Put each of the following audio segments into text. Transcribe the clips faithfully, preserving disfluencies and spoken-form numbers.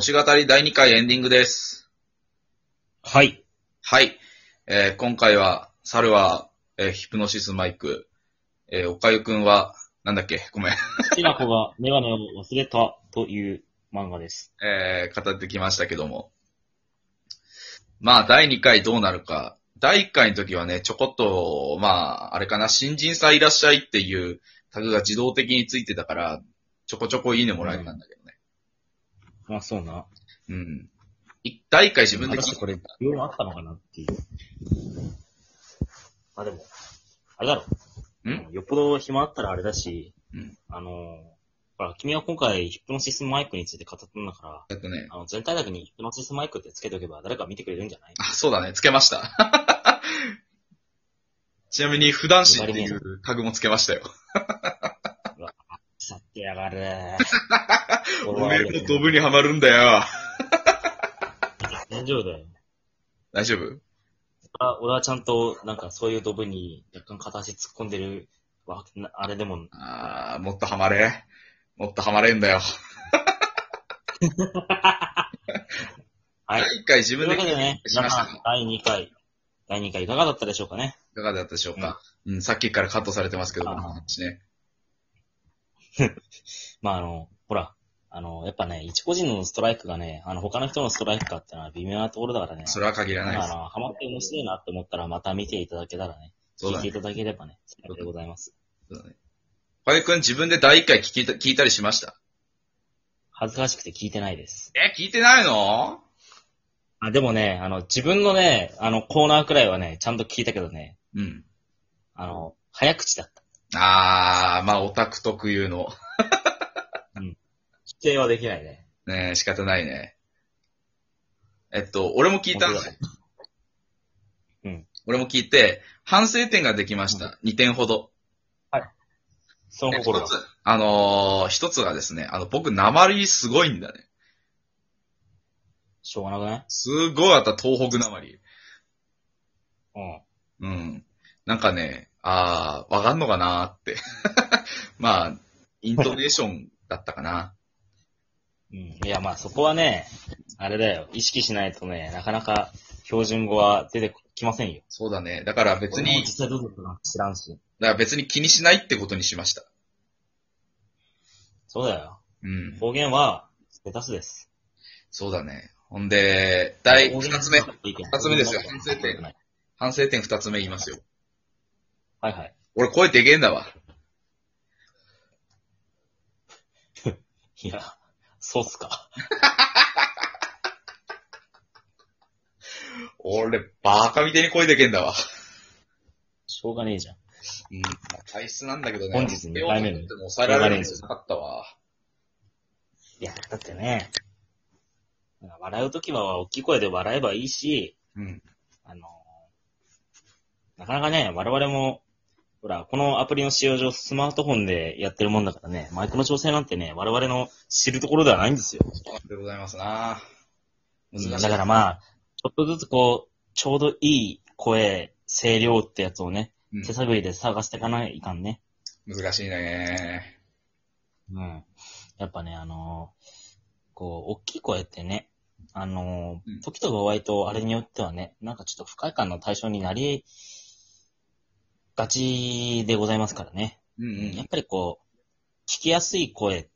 推し語りだいにかいエンディングです。 はい。 はい。えー、今回は、猿は、えー、ヒプノシスマイク。えー、おかゆくんは、なんだっけごめん。 好きな子がメガネを忘れたという漫画です。 えー、語ってきましたけども。まあ、だいにかいどうなるか。だいいっかいの時はね、ちょこっと、まあ、あれかな、新人さんいらっしゃいっていうタグが自動的についてたから、ちょこちょこいいねもらえたんだけどね。 まあそうな。 うん。だいいっかい自分で果たしてこれ、需要あったのかなっていう。まあでも、あれだろ。 んよっぽど暇あったらあれだし、 うん。 あの、ほら、君は今回ヒプノシスマイクについて語ったんだかえっとね。 ら、あの、全体だけにヒプノシスマイクってつけておけば誰か見てくれるんじゃない？ あ、そうだね。つけました。ちなみに、普段心っていうタグもつけましたよ。 うわ、腐ってやがる。 おめえもドブにはまるんだよ。 大丈夫だよ。 大丈夫？ あ、俺はちゃんと、なんかそういうドブに若干片足突っ込んでるわ、あれでも。 あー、もっとはまれ。もっとはまれんだよ。 はい。 だいいっかい自分でというわけでね、 しましただいにかい、だいにかいいかがだったでしょうかね。 いかがだったでしょうか、うん、うん、さっきからカットされてますけど、この話ね。 まあ、あの、ほら、あの、やっぱね、一個人のストライクがね、あの、他の人のストライクかってのは微妙なところだからね。 それは限らないです。 あの、ハマって面白いなって思ったらまた見ていただけたらね、 そうだね聞いていただければね、それでございます。 そうだね。かゆくん自分でだいいっかい聞いた、聞いたりしました？ 恥ずかしくて聞いてないです。 え、聞いてないの？ あ、でもね、あの、自分のね、あの、コーナーくらいはね、ちゃんと聞いたけどね、 うん。 あの、早口だった。 あー、まあ、オタク特有の。 うん。否定はできないね。 ねえ、仕方ないね。えっと、俺も聞いたんですよ。 うん。 俺も聞いて、反省点ができました。うん、にてんほど。 はい。その心が。 一つ、あのー、一つがですね、あの、僕、鉛すごいんだね。 しょうがなくない？ すごいあった、東北鉛。 うん。 うん。なんかね、あー、わかんのかなーって。まあ、イントネーションだったかな。 うん。いや、まあそこはね、あれだよ。意識しないとね、なかなか標準語は出てきませんよ。 そうだね。だから別に、 実際どうだったか知らんし。 だから別に気にしないってことにしました。 そうだよ。 うん。 方言は、ステータスです。 そうだね。ほんで、第二つ目。二つ目ですよ。反省点。反省点二つ目言いますよ。 はいはい。 俺声でけえんだわ。 いや、そうっすか。 俺、バーカみてえに声でけえんだわ。 しょうがねえじゃん。 うん。体質なんだけどね。 本日にかいめの。 でも抑えられるんじゃなかったわ。 いや、だってね、笑うときは大きい声で笑えばいいし、 うん。 あの、なかなかね、我々も、ほら、このアプリの使用上、スマートフォンでやってるもんだからね、マイクの調整なんてね、我々の知るところではないんですよ。 そうでございますな。 難しい。だからまあ、ちょっとずつこう、ちょうどいい声、声量ってやつをね、うん、手探りで探していかないかんね。 難しいね。 うん。やっぱね、あのー、こう、大きい声ってね、あのー、うん、時と場合とあれによってはね、なんかちょっと不快感の対象になりがちでございますからね。うんうん、やっぱりこう、聞きやすい声って、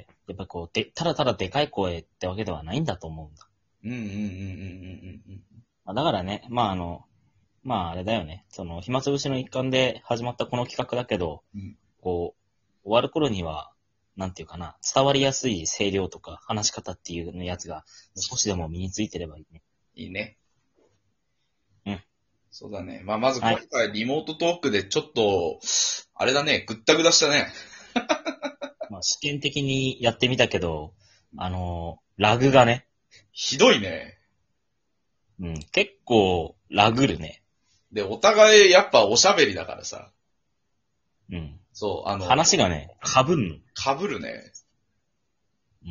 やっぱこう、で、ただただでかい声ってわけではないんだと思うんだ。うんうんうんうんうんうんうん。だからね、まああの、まああれだよね、その、暇つぶしの一環で始まったこの企画だけど、うん、こう、終わる頃には、なんていうかな、伝わりやすい声量とか話し方っていうやつが少しでも身についてればいいね。 いいね。 うん。 そうだね。まあまず今回リモートトークでちょっと、あれだね、ぐったぐだしたね。 まあ試験的にやってみたけど、あのー、ラグがね。 ひどいね。 うん、結構ラグるね。 で、お互いやっぱおしゃべりだからさ。 うん。 そう、あの。 話がね、被んの。 被るね。 うん。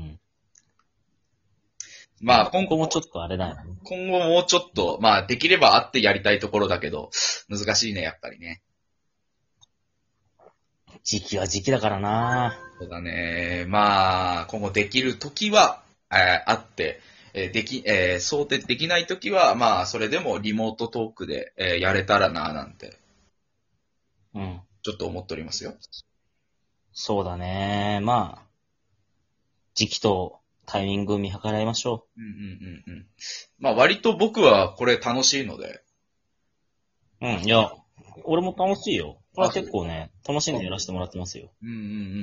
まあ、 今後もちょっとあれだよね。 今後もうちょっと、まあ、できれば会ってやりたいところだけど、難しいね、やっぱりね。 時期は時期だからな。 そうだね。まあ、今後できるときはえーあって、えーでき、えー想定できないときは、まあ、それでもリモートトークで、えーやれたらな、なんて、 うん。 ちょっと思っておりますよ。 そうだね。まあ、時期とタイミング見計らいましょうんうんうんうん。まあ、割と僕はこれ楽しいので、 う。うん。いや、俺も楽しいよ。これあは結構ね、楽しんでやらせてもらってますよ。 うんうんうん。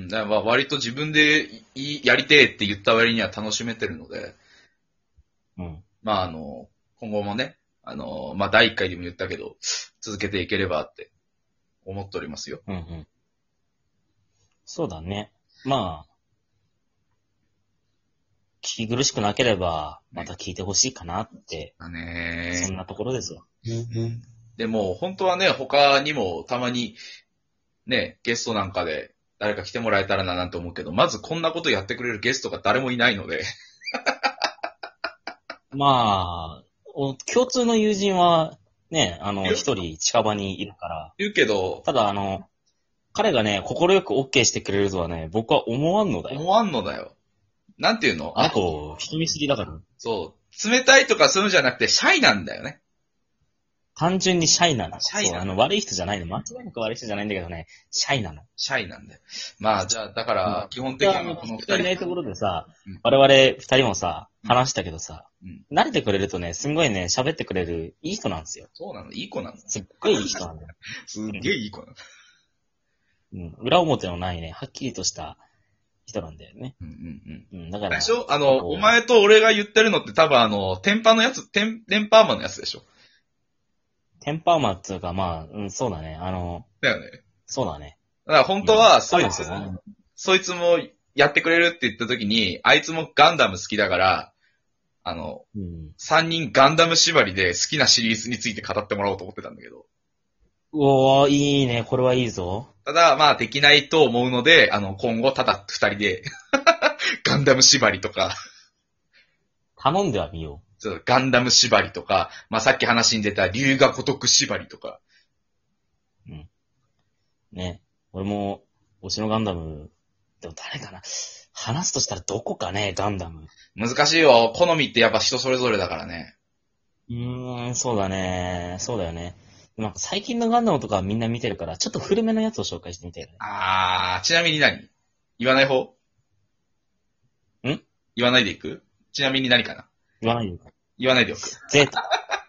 だからまあ割と自分でいいやりてえって言った割には楽しめてるので、 うん。 まああの、今後もね、あの、まあだいいっかいでも言ったけど、続けていければって思っておりますよ。 うんうん。そうだね。まあ、聞き苦しくなければ、また聞いてほしいかなって、 だねそんなところですよ。 でも本当はね、他にもたまにね、ゲストなんかで誰か来てもらえたらななんて思うけど、まずこんなことやってくれるゲストが誰もいないので、 まあ、お共通の友人は、ね、あの、一人近場にいるから、 言うけど、 ただあの、彼がね、心よく OK してくれるとはね、僕は思わんのだよ。 思わんのだよ。なんていうのあと、人見知りだから。 そう。冷たいとかそういうのじゃなくて、シャイなんだよね。 単純にシャイなの。 シャイなのそう、あの、悪い人じゃないの。間違いなく悪い人じゃないんだけどね、シャイなの。 シャイなんだよ。まあ、じゃあ、だから、基本的で、あの、 にはこの二人。 聞きたいないところでさうん、 我々二人もさ、 うん話したけどさ、 うん慣れてくれるとね、すんごいね、喋ってくれるいい人なんですよ。 そうなのいい子なのすっごいいい人なんだよ。 すっげえいい子なの。 うん。裏表のないね、はっきりとした人なんだよね。 うんうんうん。 うん。だから。 でしょあの、 こうお前と俺が言ってるのって多分あの、テンパのやつ、テン、テンパーマンのやつでしょテンパーマンっていうか、まあ、うん、そうだね。あの、 だよね。 そうだね。 だから本当は、 うんそいつそうなんですよ、 そいつもやってくれるって言った時に、あいつもガンダム好きだから、あの、 うん。 三人ガンダム縛りで好きなシリーズについて語ってもらおうと思ってたんだけど。 うおー、いいね。これはいいぞ。 ただ、まあ、できないと思うので、あの、今後、ただ二人で、ガンダム縛りとか、 頼んではみよちょっとガンダム縛りとか、まあ、さっき話に出た龍が如く縛りとか。 う。うん。ね。俺も、推しのガンダム、でも誰かな。話すとしたらどこかね、ガンダム。 難しいよ。好みってやっぱ人それぞれだからね。 うーん、そうだね。そうだよね。なんか最近のガンダムとかみんな見てるから、ちょっと古めのやつを紹介してみたいよね。 あー、ちなみに何言わない方ん言わないでいくちなみに何かな言わないよ。 言わないでおく。 ゼータ。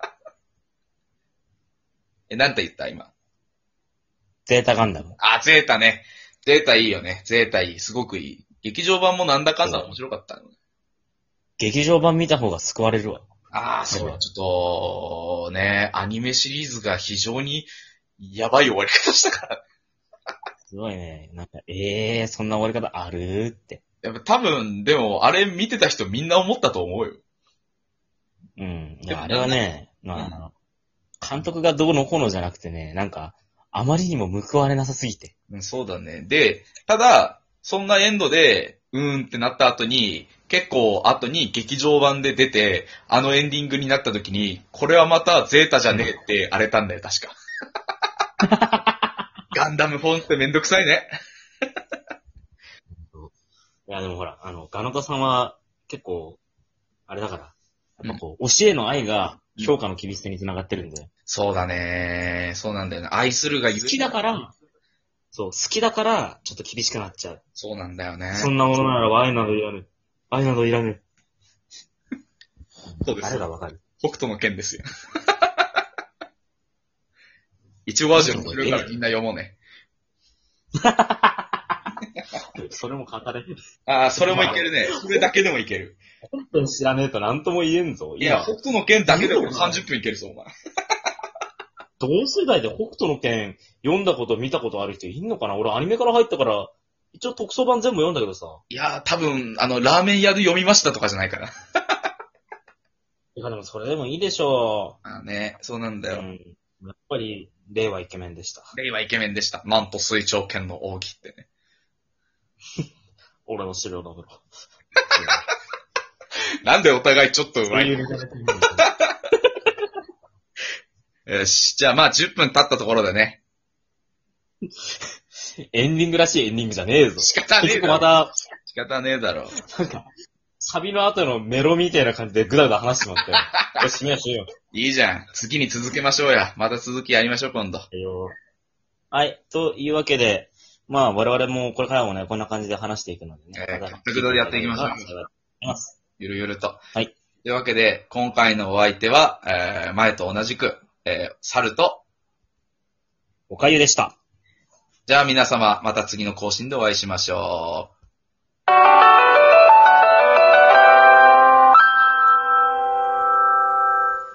え、なんて言った今。 ゼータガンダム。 あ、ゼータね。ゼータいいよね。ゼータいい。すごくいい。劇場版もなんだかんだ面白かったの。 劇場版見た方が救われるわ。 ああ、そう、ちょっと、ね、アニメシリーズが非常にやばい終わり方したから。 すごいね。なんか、ええー、そんな終わり方あるって。 やっぱ多分、でも、あれ見てた人みんな思ったと思うよ。 うん。いでもや、あれはね、まあ、あの監督がどうのこうのじゃなくてね、なんか、あまりにも報われなさすぎて。 うんそうだね。で、ただ、そんなエンドで、うーんってなった後に、結構後に劇場版で出て、あのエンディングになった時に、これはまたゼータじゃねえって荒れたんだよ、確か。ガンダムフォンってめんどくさいね。 いや、でもほら、あの、ガノタさんは結構、あれだから、やっぱこう、教えの愛が評価の厳しさにつながってるんで。 そうだね。そうなんだよね。愛するがゆえ好きだから、そう、好きだから、ちょっと厳しくなっちゃう。 そうなんだよね。 そんなものならば愛などいらぬ。愛などいらぬ。 そうです誰がわかる北斗の剣ですよ。一応バージョンするからみんな読もうね。 それも語れ。 ああ、それもいけるね。それだけでもいける。 本当に知らねえと何とも言えんぞ。 いや、北斗の剣だけでもさんじゅっぷんいけるぞ、お前。 同世代で北斗の剣読んだこと見たことある人いんのかな俺アニメから入ったから、一応特装版全部読んだけどさ。 いやー、多分、あの、ラーメン屋で読みましたとかじゃないかな。 いやでもそれでもいいでしょああね、そうなんだう。うよ。 ん。やっぱり、令和イケメンでした。 令和イケメンでした。マント水長剣の奥義ってね。 俺の資料だから。 なんでお互いちょっと上手いそういうネタでよし。じゃあまあじゅっぷん経ったところでね。 エンディングらしいエンディングじゃねえぞ。 仕方ねえ結だろ。 構また、 仕方ねえだろ。 なんか、 サビの後のメロみたいな感じでぐだぐだ話してもらってよ。よし、みよしよいいじゃん。次に続けましょうや。また続きやりましょう、今度。 う。はい。というわけで、まあ、我々もこれからもね、こんな感じで話していくのでね。 えー、 また各々でやっていきましょう。 います。 ゆるゆると。 はい。 というわけで、今回のお相手は、えー、前と同じく、えー、猿と、 おかゆでした。 じゃあ皆様、また次の更新でお会いしましょう。